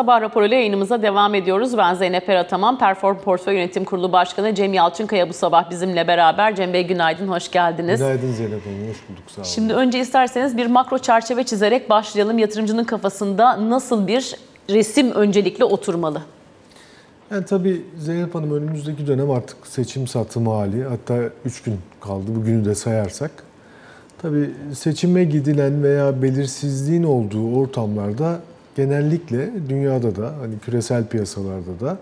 Sabah raporuyla yayınımıza devam ediyoruz. Ben Zeynep Erataman, Perform Portföy Yönetim Kurulu Başkanı Cem Yalçınkaya bu sabah bizimle beraber. Cem Bey günaydın, hoş geldiniz. Günaydın Zeynep Hanım, hoş bulduk. Sağ olun. Şimdi önce isterseniz bir makro çerçeve çizerek başlayalım. Yatırımcının kafasında nasıl bir resim öncelikle oturmalı? Yani tabii Zeynep Hanım, önümüzdeki dönem artık seçim satım hali. Hatta 3 gün kaldı, bugünü de sayarsak. Tabii seçime gidilen veya belirsizliğin olduğu ortamlarda genellikle dünyada da, hani küresel piyasalarda da,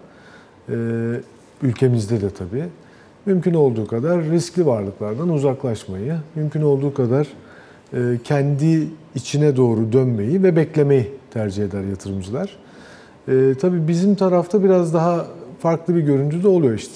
ülkemizde de tabii mümkün olduğu kadar riskli varlıklardan uzaklaşmayı, mümkün olduğu kadar kendi içine doğru dönmeyi ve beklemeyi tercih eder yatırımcılar. Tabii bizim tarafta biraz daha farklı bir görüntü de oluyor işte.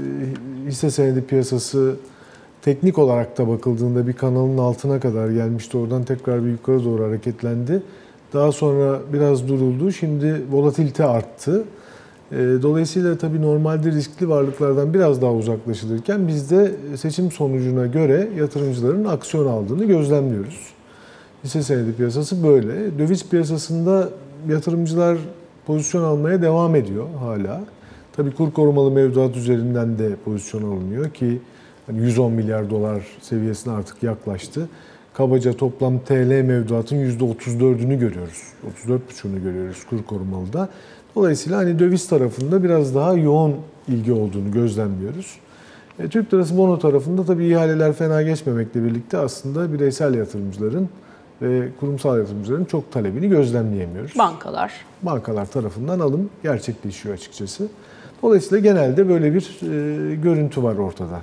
Hisse senedi piyasası teknik olarak da bakıldığında bir kanalın altına kadar gelmişti. Oradan tekrar bir yukarı doğru hareketlendi. Daha sonra biraz duruldu. Şimdi volatilite arttı. Dolayısıyla tabii normalde riskli varlıklardan biraz daha uzaklaşılırken biz de seçim sonucuna göre yatırımcıların aksiyon aldığını gözlemliyoruz. Hisse senedi piyasası böyle. Döviz piyasasında yatırımcılar pozisyon almaya devam ediyor hala. Tabii kur korumalı mevduat üzerinden de pozisyon alınıyor ki 110 milyar dolar seviyesine artık yaklaştı. Kabaca toplam TL mevduatın %34'ünü görüyoruz. 34,5'unu görüyoruz kur korumalıda. Dolayısıyla hani döviz tarafında biraz daha yoğun ilgi olduğunu gözlemliyoruz. Türk lirası bono tarafında tabii ihaleler fena geçmemekle birlikte aslında bireysel yatırımcıların ve kurumsal yatırımcıların çok talebini gözlemleyemiyoruz. Bankalar tarafından alım gerçekleşiyor açıkçası. Dolayısıyla genelde böyle bir görüntü var ortada.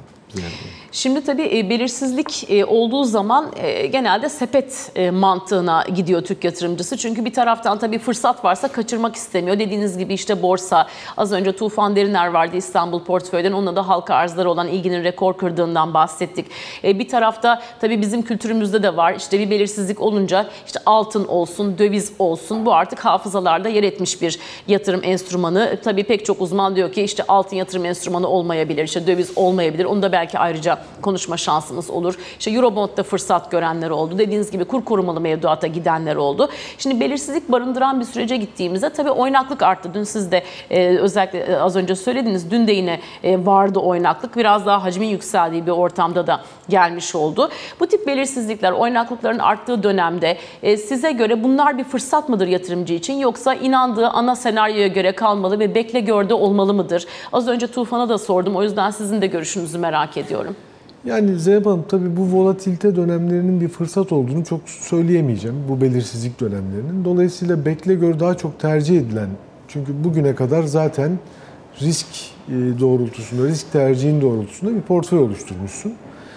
Şimdi tabii belirsizlik olduğu zaman genelde sepet mantığına gidiyor Türk yatırımcısı. Çünkü bir taraftan tabii fırsat varsa kaçırmak istemiyor. Dediğiniz gibi işte borsa, az önce Tufan Deriner vardı İstanbul Portföy'den. Onunla da halka arzlara olan ilginin rekor kırdığından bahsettik. Bir tarafta tabii bizim kültürümüzde de var. İşte bir belirsizlik olunca işte altın olsun, döviz olsun. Bu artık hafızalarda yer etmiş bir yatırım enstrümanı. Tabii pek çok uzman diyor ki işte altın yatırım enstrümanı olmayabilir, işte döviz olmayabilir. Onu da belki ayrıca konuşma şansımız olur. İşte Eurobond'da fırsat görenler oldu. Dediğiniz gibi kur korumalı mevduata gidenler oldu. Şimdi belirsizlik barındıran bir sürece gittiğimizde tabii oynaklık arttı. Dün siz de özellikle az önce söylediniz. Dün de yine vardı oynaklık. Biraz daha hacmin yükseldiği bir ortamda da gelmiş oldu. Bu tip belirsizlikler, oynaklıkların arttığı dönemde size göre bunlar bir fırsat mıdır yatırımcı için, yoksa inandığı ana senaryoya göre kalmalı ve bekle görde olmalı mıdır? Az önce Tufan'a da sordum. O yüzden sizin de görüşünüzü merak ediyorum. Yani Zeynep Hanım, tabii bu volatilite dönemlerinin bir fırsat olduğunu çok söyleyemeyeceğim, bu belirsizlik dönemlerinin. Dolayısıyla bekle gör daha çok tercih edilen, çünkü bugüne kadar zaten risk doğrultusunda, risk tercihin doğrultusunda bir portföy oluşturmuşsun.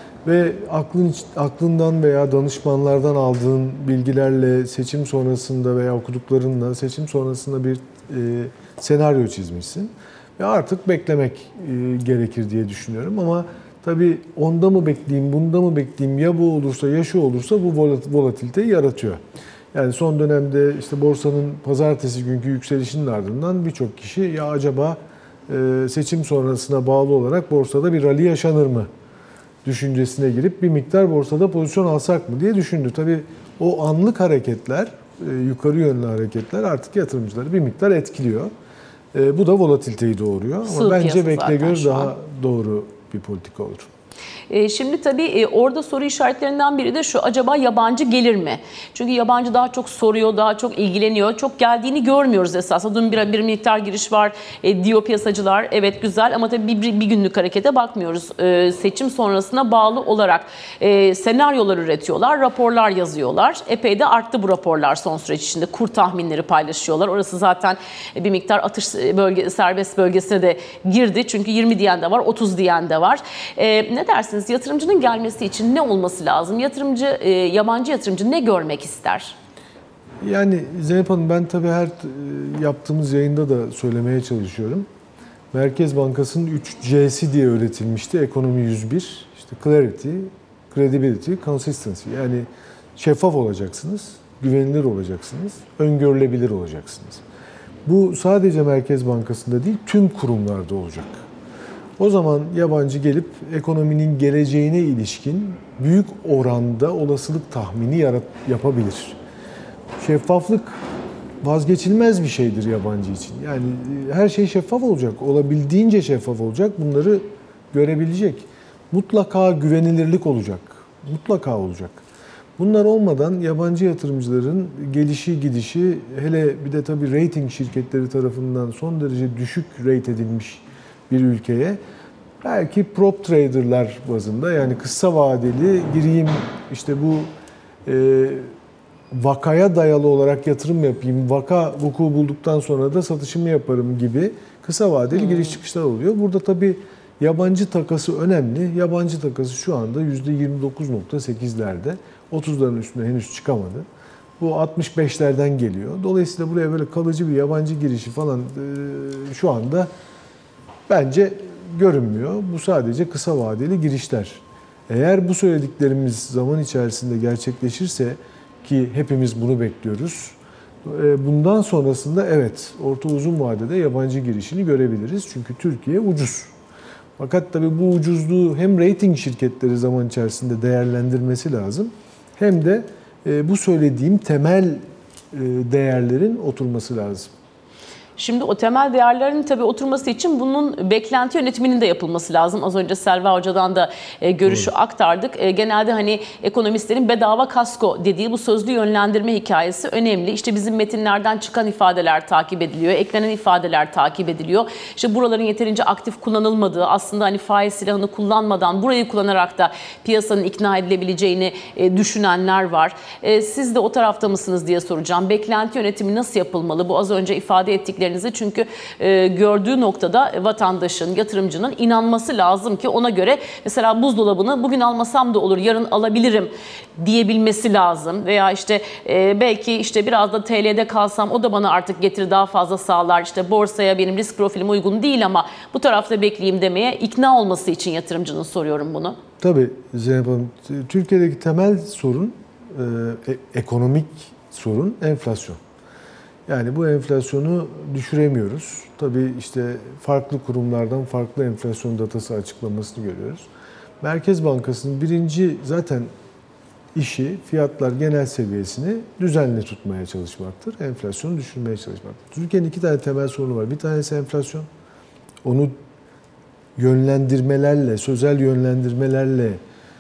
Ve aklından veya danışmanlardan aldığın bilgilerle seçim sonrasında veya okuduklarınla seçim sonrasında bir senaryo çizmişsin. Ve artık beklemek gerekir diye düşünüyorum ama tabii onda mı bekleyeyim, bunda mı bekleyeyim, ya bu olursa ya şu olursa bu volatiliteyi yaratıyor. Yani son dönemde işte borsanın pazartesi günkü yükselişinin ardından birçok kişi ya acaba seçim sonrasına bağlı olarak borsada bir rally yaşanır mı düşüncesine girip bir miktar borsada pozisyon alsak mı diye düşündü. Tabii o anlık hareketler, yukarı yönlü hareketler artık yatırımcıları bir miktar etkiliyor. Bu da volatiliteyi doğuruyor. Ama bence bekle gör daha doğru bir politika olur. Şimdi tabii orada soru işaretlerinden biri de şu: acaba yabancı gelir mi? Çünkü yabancı daha çok soruyor, daha çok ilgileniyor. Çok geldiğini görmüyoruz esasında. Dün bir miktar giriş var diyor piyasacılar. Evet, güzel, ama tabii bir günlük harekete bakmıyoruz. Seçim sonrasına bağlı olarak senaryolar üretiyorlar, raporlar yazıyorlar. Epey de arttı bu raporlar son süreç içinde. Kur tahminleri paylaşıyorlar. Orası zaten bir miktar atış serbest bölgesine de girdi. Çünkü 20 diyen de var, 30 diyen de var. Ne dersiniz? Yatırımcının gelmesi için ne olması lazım? Yabancı yatırımcı ne görmek ister? Yani Zeynep Hanım, ben tabii her yaptığımız yayında da söylemeye çalışıyorum. Merkez Bankası'nın 3C'si diye öğretilmişti. Ekonomi 101. İşte clarity, credibility, consistency. Yani şeffaf olacaksınız, güvenilir olacaksınız, öngörülebilir olacaksınız. Bu sadece Merkez Bankası'nda değil, tüm kurumlarda olacak. O zaman yabancı gelip ekonominin geleceğine ilişkin büyük oranda olasılık tahmini yapabilir. Şeffaflık vazgeçilmez bir şeydir yabancı için. Yani her şey şeffaf olacak, olabildiğince şeffaf olacak, bunları görebilecek. Mutlaka güvenilirlik olacak, mutlaka olacak. Bunlar olmadan yabancı yatırımcıların gelişi gidişi, hele bir de tabii rating şirketleri tarafından son derece düşük rate edilmiş bir ülkeye, belki prop traderlar bazında, yani kısa vadeli gireyim işte bu vakaya dayalı olarak yatırım yapayım, vaka vuku bulduktan sonra da satışımı yaparım gibi kısa vadeli giriş çıkışlar oluyor. Burada tabii yabancı takası önemli. Yabancı takası şu anda %29.8'lerde. 30'ların üstüne henüz çıkamadı. Bu 65'lerden geliyor. Dolayısıyla buraya böyle kalıcı bir yabancı girişi falan şu anda bence görünmüyor. Bu sadece kısa vadeli girişler. Eğer bu söylediklerimiz zaman içerisinde gerçekleşirse, ki hepimiz bunu bekliyoruz, bundan sonrasında evet, orta uzun vadede yabancı girişini görebiliriz. Çünkü Türkiye ucuz. Fakat tabii bu ucuzluğu hem rating şirketleri zaman içerisinde değerlendirmesi lazım, hem de bu söylediğim temel değerlerin oturması lazım. Şimdi o temel değerlerin tabii oturması için bunun beklenti yönetiminin de yapılması lazım. Az önce Selva Hoca'dan da görüşü aktardık. Genelde hani ekonomistlerin bedava kasko dediği bu sözlü yönlendirme hikayesi önemli. İşte bizim metinlerden çıkan ifadeler takip ediliyor, eklenen ifadeler takip ediliyor. İşte buraların yeterince aktif kullanılmadığı, aslında hani faiz silahını kullanmadan burayı kullanarak da piyasanın ikna edilebileceğini düşünenler var. Siz de o tarafta mısınız diye soracağım. Beklenti yönetimi nasıl yapılmalı? Bu az önce ifade ettiklerinizi, çünkü gördüğü noktada vatandaşın, yatırımcının inanması lazım ki ona göre mesela buzdolabını bugün almasam da olur, yarın alabilirim diyebilmesi lazım. Veya işte belki işte biraz da TL'de kalsam o da bana artık getiri daha fazla sağlar. İşte borsaya benim risk profilim uygun değil ama bu tarafta bekleyeyim demeye ikna olması için yatırımcının soruyorum bunu. Tabii Zeynep Hanım, Türkiye'deki temel sorun, ekonomik sorun enflasyon. Yani bu enflasyonu düşüremiyoruz. Tabii işte farklı kurumlardan farklı enflasyon datası açıklamasını görüyoruz. Merkez Bankası'nın birinci zaten işi fiyatlar genel seviyesini düzenli tutmaya çalışmaktır. Enflasyonu düşürmeye çalışmaktır. Türkiye'nin iki tane temel sorunu var. Bir tanesi enflasyon. Onu yönlendirmelerle, sözel yönlendirmelerle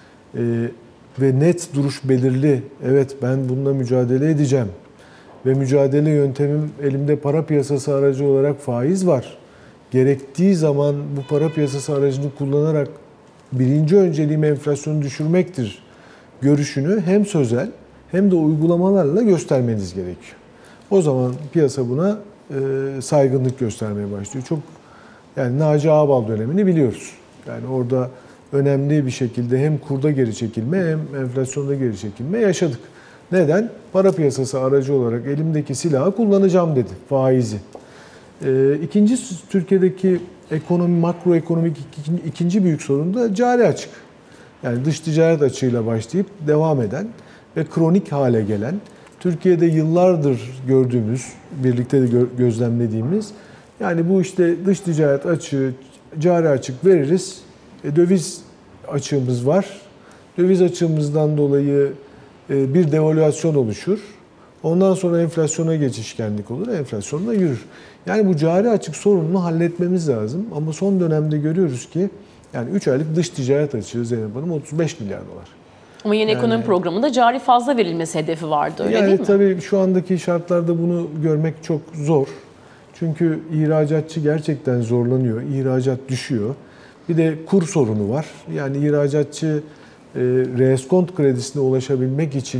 ve net duruş belirli, evet ben bununla mücadele edeceğim ve mücadele yöntemim elimde para piyasası aracı olarak faiz var. Gerektiği zaman bu para piyasası aracını kullanarak birinci önceliğim enflasyonu düşürmektir görüşünü hem sözel hem de uygulamalarla göstermeniz gerekiyor. O zaman piyasa buna saygınlık göstermeye başlıyor. Çok, yani Naci Ağbal dönemini biliyoruz. Yani orada önemli bir şekilde hem kurda geri çekilme hem enflasyonda geri çekilme yaşadık. Neden? Para piyasası aracı olarak elimdeki silahı kullanacağım dedi, faizi. İkincisi, Türkiye'deki makroekonomik ikinci büyük sorun da cari açık. Yani dış ticaret açığıyla başlayıp devam eden ve kronik hale gelen, Türkiye'de yıllardır gördüğümüz, birlikte de gözlemlediğimiz, yani bu işte dış ticaret açığı, cari açık veririz, döviz açığımız var. Döviz açığımızdan dolayı bir devalüasyon oluşur. Ondan sonra enflasyona geçişkenlik olur, enflasyon da yürür. Yani bu cari açık sorununu halletmemiz lazım. Ama son dönemde görüyoruz ki yani 3 aylık dış ticaret açığı Zeynep Hanım 35 milyar dolar. Ama yeni ekonomi programında cari fazla verilmesi hedefi vardı, öyle değil mi? Tabii şu andaki şartlarda bunu görmek çok zor. Çünkü ihracatçı gerçekten zorlanıyor, ihracat düşüyor. Bir de kur sorunu var. Yani ihracatçı reeskont kredisine ulaşabilmek için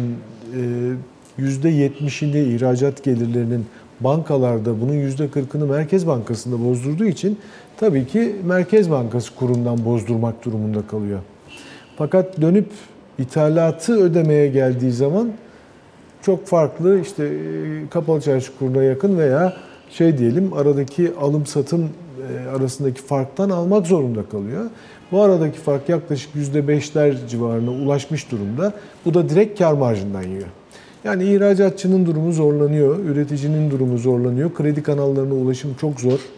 %70'ini ihracat gelirlerinin bankalarda, bunun %40'ını Merkez Bankası'nda bozdurduğu için tabii ki Merkez Bankası kurundan bozdurmak durumunda kalıyor. Fakat dönüp ithalatı ödemeye geldiği zaman çok farklı, işte kapalı çarşı kuruna yakın veya diyelim aradaki alım satım arasındaki farktan almak zorunda kalıyor. Bu aradaki fark yaklaşık %5'ler civarına ulaşmış durumda. Bu da direkt kar marjından yiyor. Yani ihracatçının durumu zorlanıyor, üreticinin durumu zorlanıyor. Kredi kanallarına ulaşım çok zor.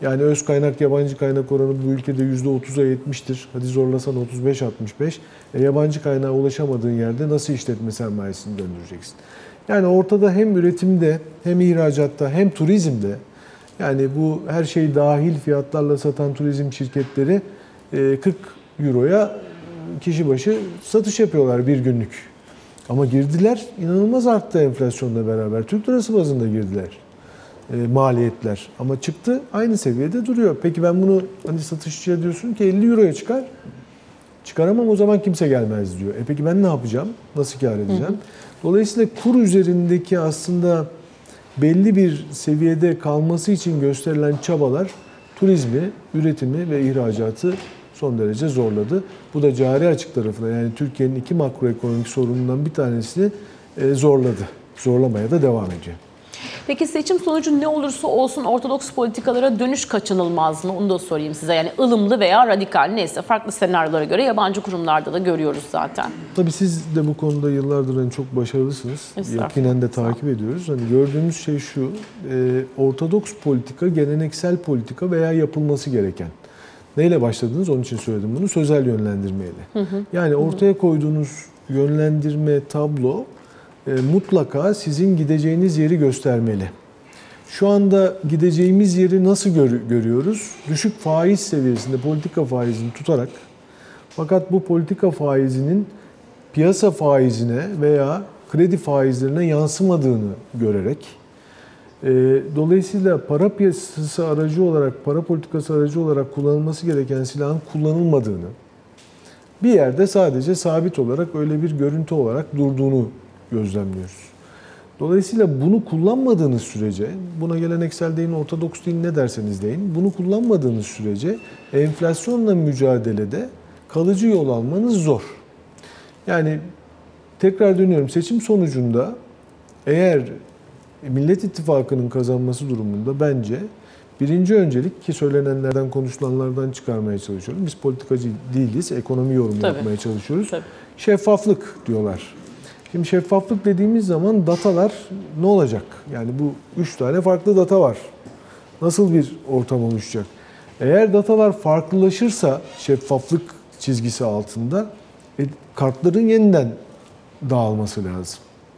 Yani öz kaynak yabancı kaynak oranı bu ülkede %30'a yetmiştir. Hadi zorlasan 35-65. Yabancı kaynağa ulaşamadığın yerde nasıl işletme sermayesini döndüreceksin? Yani ortada hem üretimde hem ihracatta hem turizmde, yani bu her şey dahil fiyatlarla satan turizm şirketleri 40 euroya kişi başı satış yapıyorlar bir günlük. Ama girdiler inanılmaz arttı enflasyonla beraber. Türk lirası bazında girdiler maliyetler. Ama çıktı aynı seviyede duruyor. Peki ben bunu hani satışçıya diyorsun ki 50 euroya çıkar. Çıkaramam, o zaman kimse gelmez diyor. Peki ben ne yapacağım? Nasıl kâr edeceğim? Dolayısıyla kur üzerindeki aslında belli bir seviyede kalması için gösterilen çabalar turizmi, üretimi ve ihracatı son derece zorladı. Bu da cari açık tarafına, yani Türkiye'nin iki makroekonomik sorunundan bir tanesini zorladı. Zorlamaya da devam ediyor. Peki seçim sonucu ne olursa olsun ortodoks politikalara dönüş kaçınılmaz mı? Onu da sorayım size. Yani ılımlı veya radikal, neyse, farklı senaryolara göre yabancı kurumlarda da görüyoruz zaten. Tabii siz de bu konuda yıllardır çok başarılısınız. Yakinen de takip ediyoruz. Hani gördüğümüz şey şu, ortodoks politika, geleneksel politika veya yapılması gereken. Neyle başladınız? Onun için söyledim bunu. Sözel yönlendirmeyle. Yani ortaya koyduğunuz yönlendirme, tablo mutlaka sizin gideceğiniz yeri göstermeli. Şu anda gideceğimiz yeri nasıl görüyoruz? Düşük faiz seviyesinde politika faizini tutarak, fakat bu politika faizinin piyasa faizine veya kredi faizlerine yansımadığını görerek, dolayısıyla para piyasası aracı olarak, para politikası aracı olarak kullanılması gereken silahın kullanılmadığını, bir yerde sadece sabit olarak öyle bir görüntü olarak durduğunu gözlemliyoruz. Dolayısıyla bunu kullanmadığınız sürece, buna geleneksel deyin, ortodoks deyin, ne derseniz deyin, bunu kullanmadığınız sürece enflasyonla mücadelede kalıcı yol almanız zor. Yani tekrar dönüyorum, seçim sonucunda eğer Millet İttifakı'nın kazanması durumunda bence birinci öncelik, ki söylenenlerden, konuşulanlardan çıkarmaya çalışıyorum. Biz politikacı değiliz, ekonomi yorumu yapmaya çalışıyoruz. Şeffaflık diyorlar. Şimdi şeffaflık dediğimiz zaman datalar ne olacak? Yani bu 3 tane farklı data var. Nasıl bir ortam oluşacak? Eğer datalar farklılaşırsa şeffaflık çizgisi altında kartların yeniden dağılması lazım.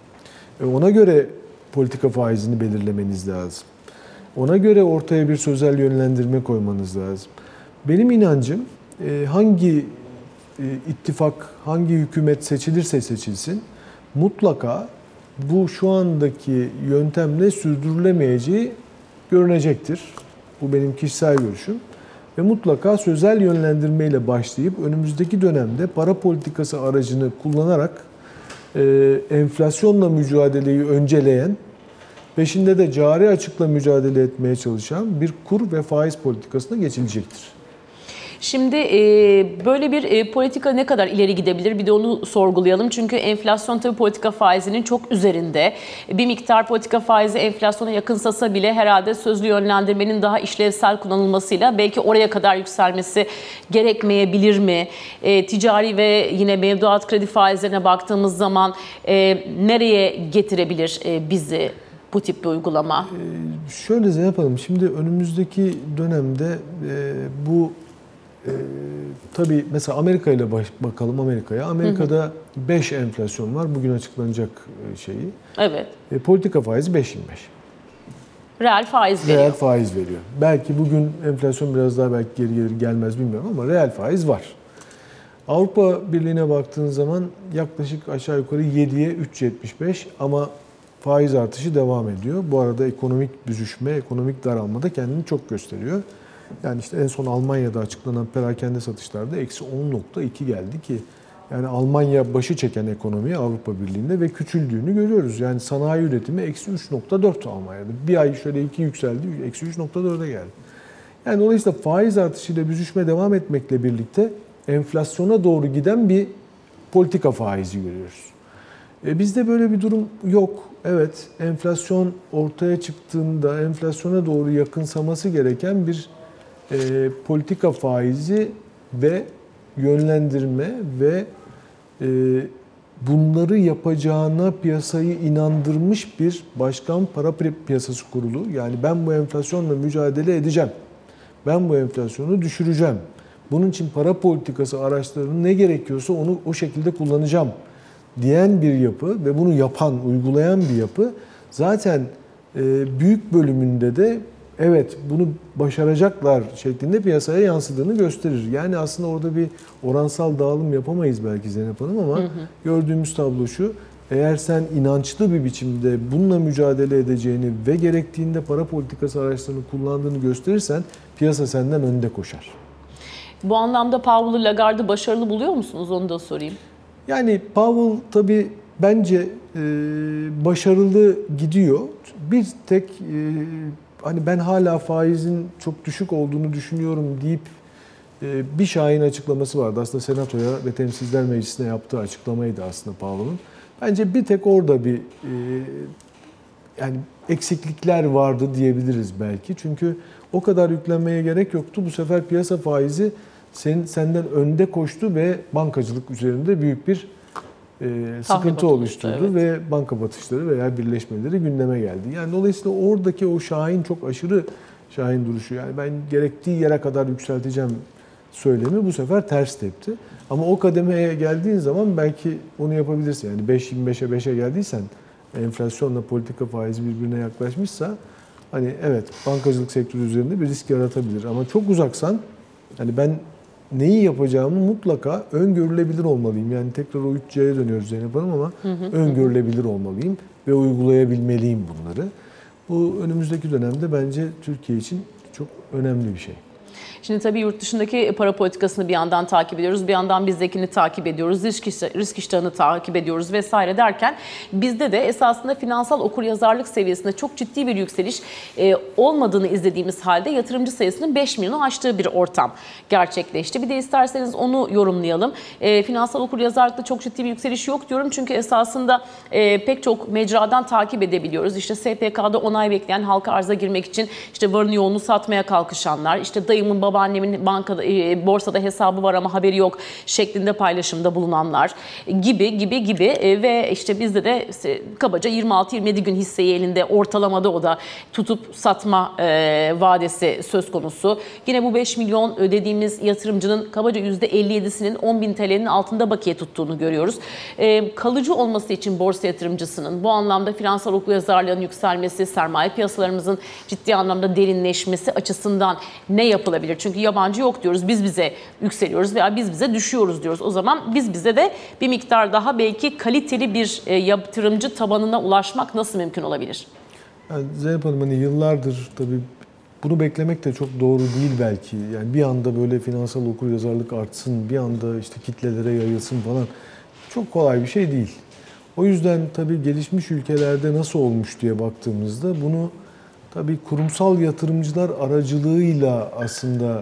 Ona göre politika faizini belirlemeniz lazım. Ona göre ortaya bir sözel yönlendirme koymanız lazım. Benim inancım hangi ittifak, hangi hükümet seçilirse seçilsin, mutlaka bu şu andaki yöntemle sürdürülemeyeceği görünecektir. Bu benim kişisel görüşüm. Ve mutlaka sözel yönlendirmeyle başlayıp önümüzdeki dönemde para politikası aracını kullanarak enflasyonla mücadeleyi önceleyen, peşinde de cari açıkla mücadele etmeye çalışan bir kur ve faiz politikasına geçilecektir. Şimdi böyle bir politika ne kadar ileri gidebilir? Bir de onu sorgulayalım. Çünkü enflasyon tabii politika faizinin çok üzerinde. Bir miktar politika faizi enflasyona yakınsasa bile herhalde sözlü yönlendirmenin daha işlevsel kullanılmasıyla belki oraya kadar yükselmesi gerekmeyebilir mi? Ticari ve yine mevduat kredi faizlerine baktığımız zaman nereye getirebilir bizi bu tip bir uygulama? Şöyle yapalım. Şimdi önümüzdeki dönemde bu tabii mesela Amerika ile bakalım Amerika'ya. Amerika'da 5 enflasyon var. Bugün açıklanacak şeyi. Evet. Politika faizi 5.25. Reel faiz veriyor. Reel faiz veriyor. Belki bugün enflasyon biraz daha belki geri gelir gelmez bilmiyorum ama reel faiz var. Avrupa Birliği'ne baktığın zaman yaklaşık aşağı yukarı 7'ye 3.75 ama faiz artışı devam ediyor. Bu arada ekonomik büzüşme, ekonomik daralma da kendini çok gösteriyor. Yani işte en son Almanya'da açıklanan perakende satışlarda eksi 10.2 geldi ki yani Almanya başı çeken ekonomi Avrupa Birliği'nde ve küçüldüğünü görüyoruz. Yani sanayi üretimi eksi 3.4 Almanya'da. Bir ay şöyle 2 yükseldi, eksi 3.4'e geldi. Yani dolayısıyla faiz artışıyla büzüşme devam etmekle birlikte enflasyona doğru giden bir politika faizi görüyoruz. Bizde böyle bir durum yok. Evet, enflasyon ortaya çıktığında enflasyona doğru yakınsaması gereken bir politika faizi ve yönlendirme ve bunları yapacağına piyasayı inandırmış bir başkan para piyasası kurulu. Yani ben bu enflasyonla mücadele edeceğim. Ben bu enflasyonu düşüreceğim. Bunun için para politikası araçlarının ne gerekiyorsa onu o şekilde kullanacağım diyen bir yapı ve bunu yapan, uygulayan bir yapı zaten büyük bölümünde de evet bunu başaracaklar şeklinde piyasaya yansıdığını gösterir. Yani aslında orada bir oransal dağılım yapamayız belki Zeynep Hanım ama gördüğümüz tablo şu. Eğer sen inançlı bir biçimde bununla mücadele edeceğini ve gerektiğinde para politikası araçlarını kullandığını gösterirsen piyasa senden önde koşar. Bu anlamda Powell'ı, Lagarde'ı başarılı buluyor musunuz? Onu da sorayım. Yani Powell tabii bence başarılı gidiyor. Bir tek hani ben hala faizin çok düşük olduğunu düşünüyorum deyip bir şahin açıklaması vardı. Aslında Senato'ya ve Temsilciler Meclisi'ne yaptığı açıklamaydı aslında Powell'ın. Bence bir tek orada bir yani eksiklikler vardı diyebiliriz belki. Çünkü o kadar yüklenmeye gerek yoktu. Bu sefer piyasa faizi senden önde koştu ve bankacılık üzerinde büyük bir sıkıntı oluşturdu, evet. Ve banka batışları veya birleşmeleri gündeme geldi. Yani dolayısıyla oradaki o şahin çok aşırı şahin duruşu, yani ben gerektiği yere kadar yükselteceğim söylemi bu sefer ters tepti. Ama o kademeye geldiğin zaman belki onu yapabilirsin. Yani 5.25'e 5'e geldiysen, enflasyonla politika faizi birbirine yaklaşmışsa hani evet bankacılık sektörü üzerinde bir risk yaratabilir. Ama çok uzaksan hani ben neyi yapacağımı mutlaka öngörülebilir olmalıyım. Yani tekrar o 3C'ye dönüyoruz Zeynep Hanım ama öngörülebilir olmalıyım ve uygulayabilmeliyim bunları. Bu önümüzdeki dönemde bence Türkiye için çok önemli bir şey. Şimdi tabii yurt dışındaki para politikasını bir yandan takip ediyoruz, bir yandan bizdekini takip ediyoruz, risk iştahını takip ediyoruz vesaire derken bizde de esasında finansal okuryazarlık seviyesinde çok ciddi bir yükseliş olmadığını izlediğimiz halde yatırımcı sayısının 5 milyonu aştığı bir ortam gerçekleşti. Bir de isterseniz onu yorumlayalım. Finansal okuryazarlıkta çok ciddi bir yükseliş yok diyorum çünkü esasında pek çok mecradan takip edebiliyoruz. İşte SPK'da onay bekleyen, halka arza girmek için işte varını yoğunu satmaya kalkışanlar, işte dayımın babaannemin bankada, borsada hesabı var ama haberi yok şeklinde paylaşımda bulunanlar gibi ve işte bizde de kabaca 26-27 gün hisseyi elinde ortalamada o da tutup satma vadesi söz konusu. Yine bu 5 milyon dediğimiz yatırımcının kabaca %57'sinin 10.000 TL'nin altında bakiye tuttuğunu görüyoruz. Kalıcı olması için borsa yatırımcısının bu anlamda finansal okuryazarlığın yükselmesi, sermaye piyasalarımızın ciddi anlamda derinleşmesi açısından ne yapılabilir? Çünkü yabancı yok diyoruz, biz bize yükseliyoruz veya biz bize düşüyoruz diyoruz. O zaman biz bize de bir miktar daha belki kaliteli bir yatırımcı tabanına ulaşmak nasıl mümkün olabilir? Yani Zeynep Hanım hani yıllardır tabii bunu beklemek de çok doğru değil belki. Yani bir anda böyle finansal okuryazarlık artsın, bir anda işte kitlelere yayılsın falan çok kolay bir şey değil. O yüzden tabii gelişmiş ülkelerde nasıl olmuş diye baktığımızda bunu tabii kurumsal yatırımcılar aracılığıyla aslında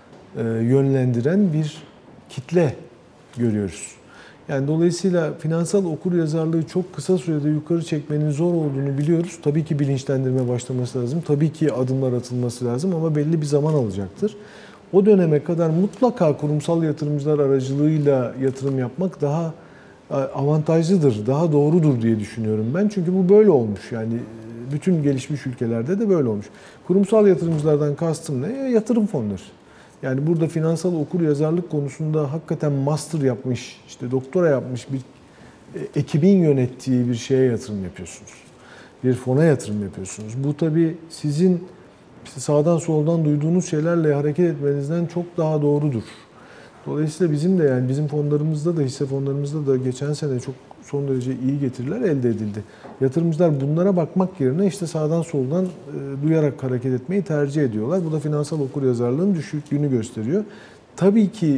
yönlendiren bir kitle görüyoruz. Yani dolayısıyla finansal okuryazarlığı çok kısa sürede yukarı çekmenin zor olduğunu biliyoruz. Tabii ki bilinçlendirme başlaması lazım. Tabii ki adımlar atılması lazım ama belli bir zaman alacaktır. O döneme kadar mutlaka kurumsal yatırımcılar aracılığıyla yatırım yapmak daha avantajlıdır, daha doğrudur diye düşünüyorum ben. Çünkü bu böyle olmuş. Yani bütün gelişmiş ülkelerde de böyle olmuş. Kurumsal yatırımcılardan kastım ne? Yatırım fonları. Yani burada finansal okuryazarlık konusunda hakikaten master yapmış, işte doktora yapmış bir ekibin yönettiği bir şeye yatırım yapıyorsunuz. Bir fona yatırım yapıyorsunuz. Bu tabii sizin işte sağdan soldan duyduğunuz şeylerle hareket etmenizden çok daha doğrudur. Dolayısıyla bizim de yani bizim fonlarımızda da hisse fonlarımızda da geçen sene çok son derece iyi getiriler elde edildi. Yatırımcılar bunlara bakmak yerine işte sağdan soldan duyarak hareket etmeyi tercih ediyorlar. Bu da finansal okuryazarlığın düşüklüğünü gösteriyor. Tabii ki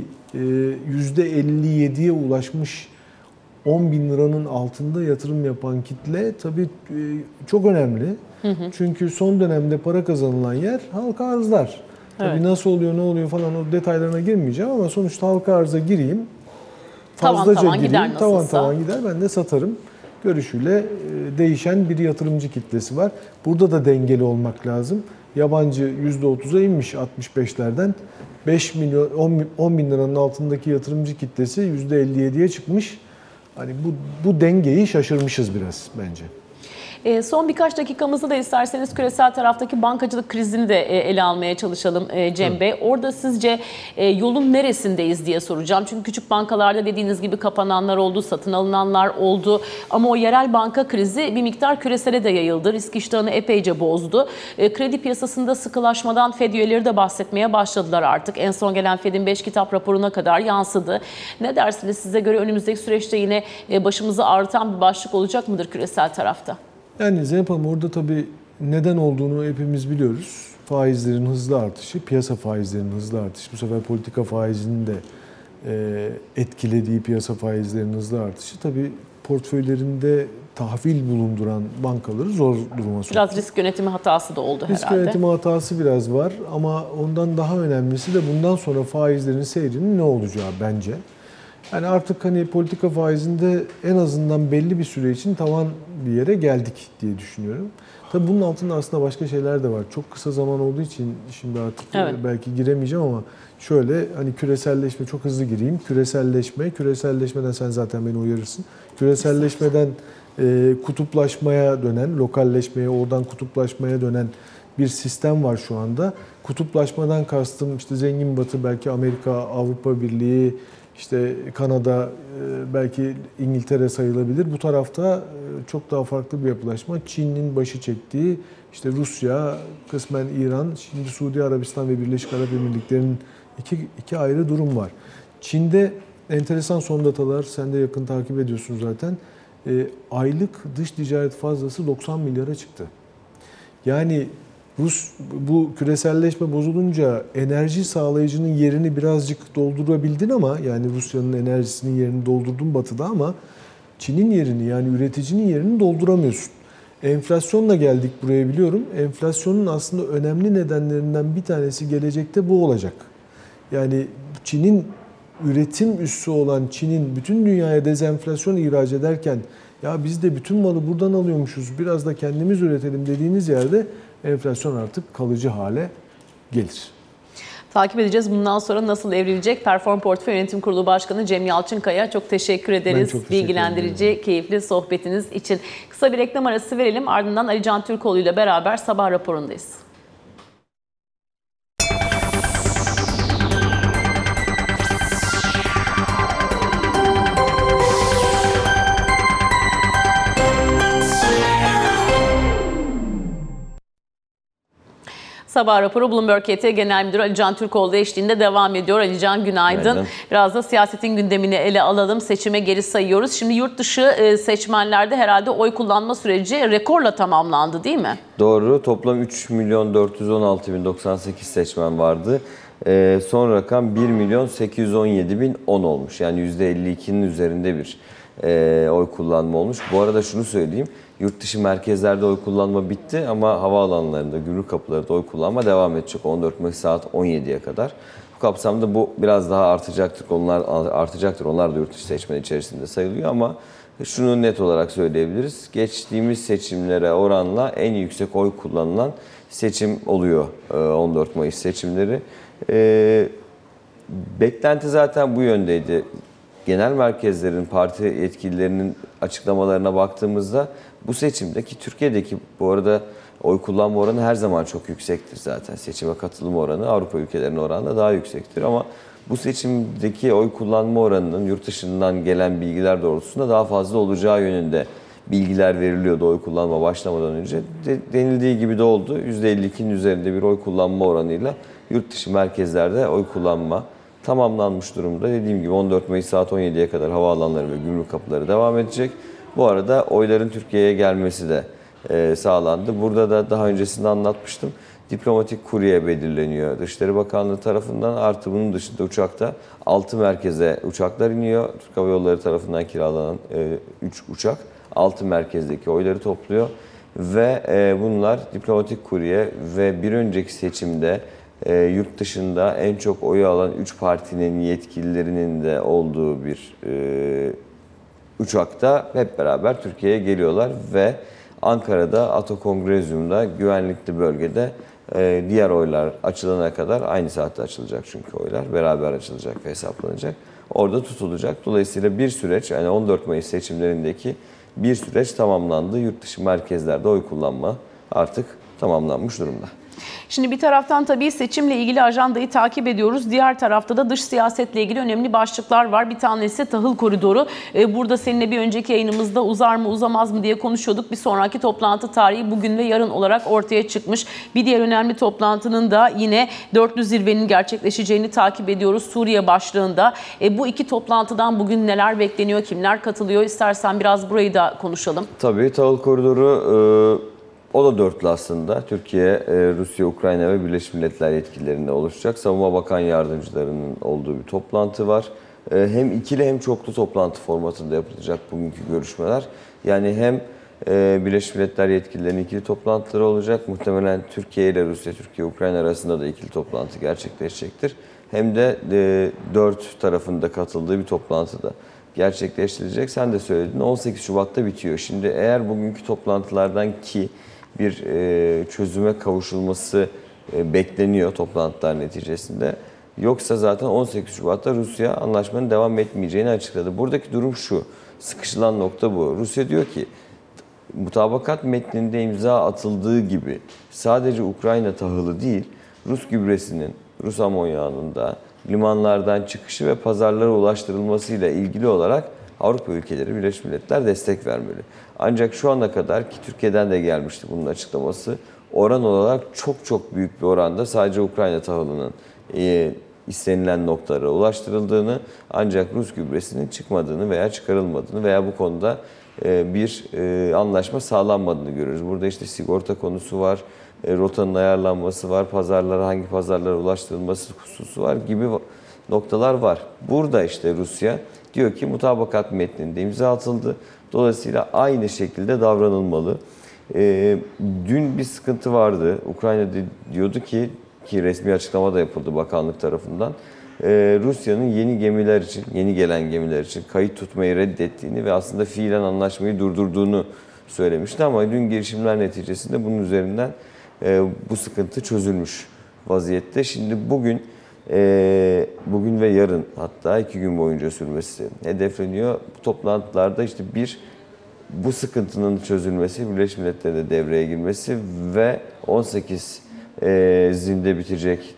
%57'ye ulaşmış 10 bin liranın altında yatırım yapan kitle tabii çok önemli. Çünkü son dönemde para kazanılan yer halka arzlar. Tabii evet. Nasıl oluyor, ne oluyor falan o detaylarına girmeyeceğim ama sonuçta halka arza gireyim. Fazlaca tavan gireyim, tavan gider ben de satarım görüşüyle değişen bir yatırımcı kitlesi var. Burada da dengeli olmak lazım. Yabancı %30'a inmiş 65'lerden. 5 milyon 10 bin liranın altındaki yatırımcı kitlesi %57'ye çıkmış. Hani bu dengeyi şaşırmışız biraz bence. Son birkaç dakikamızda da isterseniz küresel taraftaki bankacılık krizini de ele almaya çalışalım Cem Bey. Orada sizce yolun neresindeyiz diye soracağım. Çünkü küçük bankalarda dediğiniz gibi kapananlar oldu, satın alınanlar oldu. Ama o yerel banka krizi bir miktar küresele de yayıldı. Risk iştahını epeyce bozdu. Kredi piyasasında sıkılaşmadan Fed üyeleri de bahsetmeye başladılar artık. En son gelen Fed'in 5 kitap raporuna kadar yansıdı. Ne dersiniz? Size göre önümüzdeki süreçte yine başımızı ağrıtan bir başlık olacak mıdır küresel tarafta? Yani Zeynep Hanım, orada tabii neden olduğunu hepimiz biliyoruz. Faizlerin hızlı artışı, piyasa faizlerinin hızlı artışı, bu sefer politika faizinin de etkilediği piyasa faizlerinin hızlı artışı tabii portföylerinde tahvil bulunduran bankaları zor duruma soktu. Biraz risk yönetimi hatası da oldu herhalde. Risk yönetimi hatası biraz var ama ondan daha önemlisi de bundan sonra faizlerin seyrinin ne olacağı bence. Yani artık hani politika faizinde en azından belli bir süre için tavan bir yere geldik diye düşünüyorum. Tabii bunun altında aslında başka şeyler de var. Çok kısa zaman olduğu için şimdi artık belki giremeyeceğim ama şöyle, hani küreselleşme, çok hızlı gireyim. Küreselleşmeden sen zaten beni uyarırsın. Küreselleşmeden kutuplaşmaya dönen, lokalleşmeye, oradan kutuplaşmaya dönen bir sistem var şu anda. Kutuplaşmadan kastım işte zengin batı, belki Amerika, Avrupa Birliği, İşte Kanada, belki İngiltere sayılabilir. Bu tarafta çok daha farklı bir yapılaşma. Çin'in başı çektiği, işte Rusya, kısmen İran, şimdi Suudi Arabistan ve Birleşik Arap Emirlikleri'nin iki ayrı durum var. Çin'de enteresan son datalar, sen de yakın takip ediyorsun zaten. Aylık dış ticaret fazlası 90 milyara çıktı. Yani bu küreselleşme bozulunca enerji sağlayıcının yerini birazcık doldurabildin ama, yani Rusya'nın enerjisinin yerini doldurdun batıda ama Çin'in yerini, yani üreticinin yerini dolduramıyorsun. Enflasyonla geldik buraya, biliyorum. Enflasyonun aslında önemli nedenlerinden bir tanesi gelecekte bu olacak. Yani Çin'in, üretim üssü olan Çin'in bütün dünyaya dezenflasyon ihraç ederken ya biz de bütün malı buradan alıyormuşuz, biraz da kendimiz üretelim dediğiniz yerde enflasyon artık kalıcı hale gelir. Takip edeceğiz bundan sonra nasıl evrilecek. Perform Portföy Yönetim Kurulu Başkanı Cem Yalçınkaya, çok teşekkür ederiz. Çok teşekkür bilgilendirici, keyifli sohbetiniz için. Kısa bir reklam arası verelim. Ardından Ali Can Türkoğlu ile beraber sabah raporundayız. Sabah raporu Bloomberg KT Genel Müdürü Ali Can Türkoğlu eşliğinde devam ediyor. Ali Can, günaydın. Biraz da siyasetin gündemini ele alalım. Seçime geri sayıyoruz. Şimdi yurt dışı seçmenlerde herhalde oy kullanma süreci rekorla tamamlandı, değil mi? Doğru. Toplam 3.416.098 seçmen vardı. Son rakam 1.817.010 olmuş. Yani %52'nin üzerinde bir oy kullanma olmuş. Bu arada şunu söyleyeyim. Yurt dışı merkezlerde oy kullanma bitti ama havaalanlarında, gümrük kapılarında oy kullanma devam edecek 14 Mayıs saat 17'ye kadar. Bu kapsamda bu biraz daha artacaktır. Onlar da yurt dışı seçmen içerisinde sayılıyor ama şunu net olarak söyleyebiliriz. Geçtiğimiz seçimlere oranla en yüksek oy kullanılan seçim oluyor 14 Mayıs seçimleri. Beklenti zaten bu yöndeydi. Genel merkezlerin, parti yetkililerinin açıklamalarına baktığımızda bu seçimdeki, Türkiye'deki bu arada oy kullanma oranı her zaman çok yüksektir zaten. Seçime katılım oranı Avrupa ülkelerinin oranında daha yüksektir ama bu seçimdeki oy kullanma oranının yurt dışından gelen bilgiler doğrultusunda daha fazla olacağı yönünde bilgiler veriliyordu oy kullanma başlamadan önce. Denildiği gibi de oldu. %52'nin üzerinde bir oy kullanma oranıyla yurt dışı merkezlerde oy kullanma tamamlanmış durumda. Dediğim gibi 14 Mayıs saat 17'ye kadar havaalanları ve gümrük kapıları devam edecek. Bu arada oyların Türkiye'ye gelmesi de sağlandı. Burada da daha öncesinde anlatmıştım. Diplomatik kurye belirleniyor Dışişleri Bakanlığı tarafından. Artı bunun dışında uçakta 6 merkeze uçaklar iniyor. Türk Hava Yolları tarafından kiralanan 3 uçak 6 merkezdeki oyları topluyor. Ve bunlar diplomatik kurye ve bir önceki seçimde yurt dışında en çok oyu alan 3 partinin yetkililerinin de olduğu bir uçakta hep beraber Türkiye'ye geliyorlar ve Ankara'da Ato Kongrezyum'da güvenlikli bölgede diğer oylar açılana kadar, aynı saatte açılacak çünkü oylar beraber açılacak ve hesaplanacak. Orada tutulacak. Dolayısıyla bir süreç, yani 14 Mayıs seçimlerindeki bir süreç tamamlandı. Yurt dışı merkezlerde oy kullanma artık tamamlanmış durumda. Şimdi bir taraftan tabii seçimle ilgili ajandayı takip ediyoruz. Diğer tarafta da dış siyasetle ilgili önemli başlıklar var. Bir tanesi tahıl koridoru. Burada seninle bir önceki yayınımızda uzar mı uzamaz mı diye konuşuyorduk. Bir sonraki toplantı tarihi bugün ve yarın olarak ortaya çıkmış. Bir diğer önemli toplantının da yine dörtlü zirvenin gerçekleşeceğini takip ediyoruz Suriye başlığında. Bu iki toplantıdan bugün neler bekleniyor, kimler katılıyor? İstersen biraz burayı da konuşalım. Tabii tahıl koridoru o da dörtlü aslında. Türkiye, Rusya, Ukrayna ve Birleşmiş Milletler yetkililerinde oluşacak. Savunma Bakan Yardımcılarının olduğu bir toplantı var. Hem ikili hem çoklu toplantı formatında yapılacak bugünkü görüşmeler. Yani hem Birleşmiş Milletler yetkililerinin ikili toplantıları olacak. Muhtemelen Türkiye ile Rusya, Türkiye, Ukrayna arasında da ikili toplantı gerçekleşecektir. Hem de dört tarafında katıldığı bir toplantı da gerçekleştirilecek. Sen de söyledin, 18 Şubat'ta bitiyor. Şimdi eğer bugünkü toplantılardan ki bir çözüme kavuşulması bekleniyor toplantılar neticesinde. Yoksa zaten 18 Şubat'ta Rusya anlaşmanın devam etmeyeceğini açıkladı. Buradaki durum şu, sıkışılan nokta bu. Rusya diyor ki, mutabakat metninde imza atıldığı gibi sadece Ukrayna tahılı değil, Rus gübresinin, Rus amonyağının da limanlardan çıkışı ve pazarlara ulaştırılmasıyla ilgili olarak Avrupa ülkeleri, Birleşmiş Milletler destek vermeli. Ancak şu ana kadar ki Türkiye'den de gelmişti bunun açıklaması, oran olarak çok büyük bir oranda sadece Ukrayna tahılının istenilen noktalara ulaştırıldığını, ancak Rus gübresinin çıkmadığını veya çıkarılmadığını veya bu konuda bir anlaşma sağlanmadığını görüyoruz. Burada işte sigorta konusu var, rotanın ayarlanması var, pazarlara hangi pazarlara ulaştırılması hususu var gibi noktalar var. Burada işte Rusya diyor ki mutabakat metninde imza atıldı. Dolayısıyla aynı şekilde davranılmalı. Dün bir sıkıntı vardı. Ukrayna diyordu ki resmi açıklama da yapıldı bakanlık tarafından. Rusya'nın yeni gemiler için, yeni gelen gemiler için kayıt tutmayı reddettiğini ve aslında fiilen anlaşmayı durdurduğunu söylemişti. Ama dün girişimler neticesinde bunun üzerinden bu sıkıntı çözülmüş vaziyette. Şimdi bugün ve yarın, hatta 2 gün boyunca sürmesi hedefleniyor. Bu toplantılarda işte bu sıkıntının çözülmesi, Birleşmiş Milletler'de devreye girmesi ve 18'inde bitecek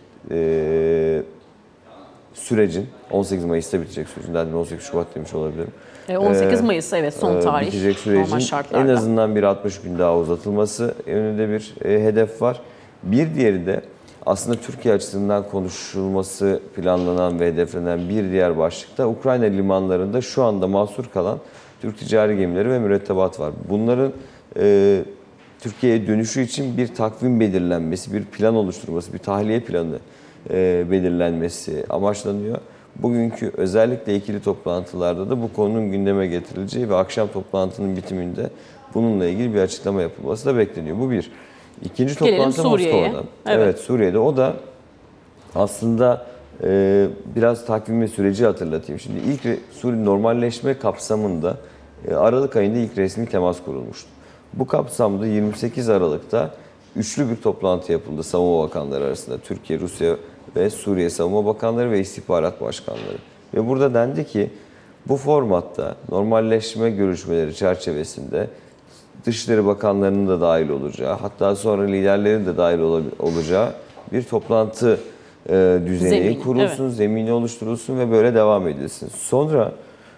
sürecin, 18 Mayıs'ta bitecek sürecin, daha 18 Şubat demiş olabilirim. 18 Mayıs evet son tarih. Bitecek sürecin en azından bir 60 gün daha uzatılması yönünde bir hedef var. Bir diğeri de aslında Türkiye açısından konuşulması planlanan ve hedeflenen bir diğer başlıkta Ukrayna limanlarında şu anda mahsur kalan Türk ticari gemileri ve mürettebat var. Bunların Türkiye'ye dönüşü için bir takvim belirlenmesi, bir plan oluşturulması, bir tahliye planı belirlenmesi amaçlanıyor. Bugünkü özellikle ikili toplantılarda da bu konunun gündeme getirileceği ve akşam toplantının bitiminde bununla ilgili bir açıklama yapılması da bekleniyor. Bu bir. İkinci toplantı Moskova'da. Evet, Suriye'de. O da aslında biraz takvim ve süreci hatırlatayım. Şimdi ilk Suriye normalleşme kapsamında Aralık ayında ilk resmi temas kurulmuştu. Bu kapsamda 28 Aralık'ta üçlü bir toplantı yapıldı savunma bakanları arasında. Türkiye, Rusya ve Suriye savunma bakanları ve istihbarat başkanları. Ve burada dendi ki bu formatta normalleşme görüşmeleri çerçevesinde Dışişleri Bakanlarının da dahil olacağı, hatta sonra liderlerin de dahil olacağı bir toplantı düzeni kurulsun, evet, zemini oluşturulsun ve böyle devam edilsin. Sonra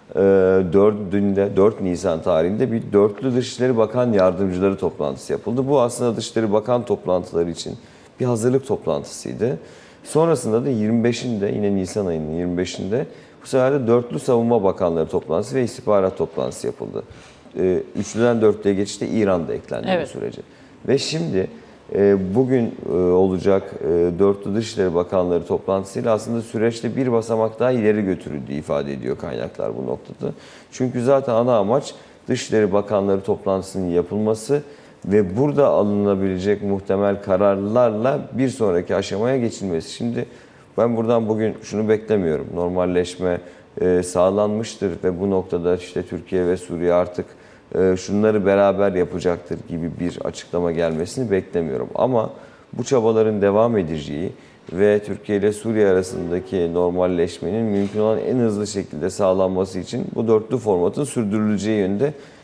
4 Nisan tarihinde bir dörtlü Dışişleri Bakan Yardımcıları toplantısı yapıldı. Bu aslında Dışişleri Bakan toplantıları için bir hazırlık toplantısıydı. Sonrasında da 25'inde, yine Nisan ayının 25'inde bu sefer de dörtlü savunma bakanları toplantısı ve istihbarat toplantısı yapıldı. Üçlüden dörtlüye geçişte İran da eklendi, evet, bu sürece. Ve şimdi bugün olacak dörtlü Dışişleri Bakanları toplantısıyla aslında süreçte bir basamak daha ileri götürüldüğü ifade ediyor kaynaklar bu noktada. Çünkü zaten ana amaç Dışişleri Bakanları toplantısının yapılması ve burada alınabilecek muhtemel kararlarla bir sonraki aşamaya geçilmesi. Şimdi ben buradan bugün şunu beklemiyorum. Normalleşme sağlanmıştır ve bu noktada işte Türkiye ve Suriye artık şunları beraber yapacaktır gibi bir açıklama gelmesini beklemiyorum. Ama bu çabaların devam edeceği ve Türkiye ile Suriye arasındaki normalleşmenin mümkün olan en hızlı şekilde sağlanması için bu dörtlü formatın sürdürüleceği yönünde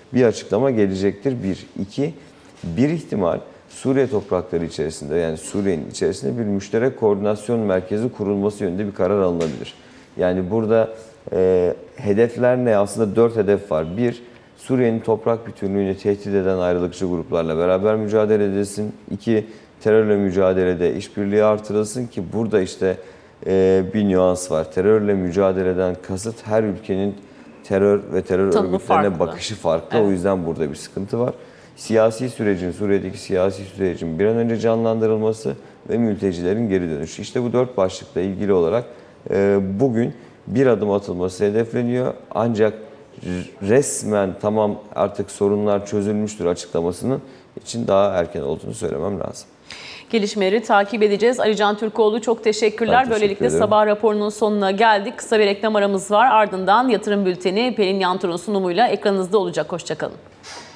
bir açıklama gelecektir. Bir ihtimal Suriye toprakları içerisinde, yani Suriye'nin içerisinde bir müşterek koordinasyon merkezi kurulması yönünde bir karar alınabilir. Yani burada hedefler ne? Aslında 4 hedef var. 1, Suriye'nin toprak bütünlüğünü tehdit eden ayrılıkçı gruplarla beraber mücadele edilsin. 2, terörle mücadelede işbirliği artırılsın ki burada işte bir nüans var. Terörle mücadeleden kasıt her ülkenin terör ve terör Tanımı örgütlerine farklı. bakışı farklı. Evet. O yüzden burada bir sıkıntı var. Suriye'deki siyasi sürecin bir an önce canlandırılması ve mültecilerin geri dönüşü. İşte bu 4 başlıkla ilgili olarak bugün bir adım atılması hedefleniyor. Ancak resmen tamam artık sorunlar çözülmüştür açıklamasının için daha erken olduğunu söylemem lazım. Gelişmeleri takip edeceğiz. Ali Can Türkoğlu çok teşekkürler. Ben teşekkür Böylelikle ederim. sabah raporunun sonuna geldik. Kısa bir reklam aramız var. Ardından yatırım bülteni Pelin Yantur'un sunumuyla ekranınızda olacak. Hoşçakalın.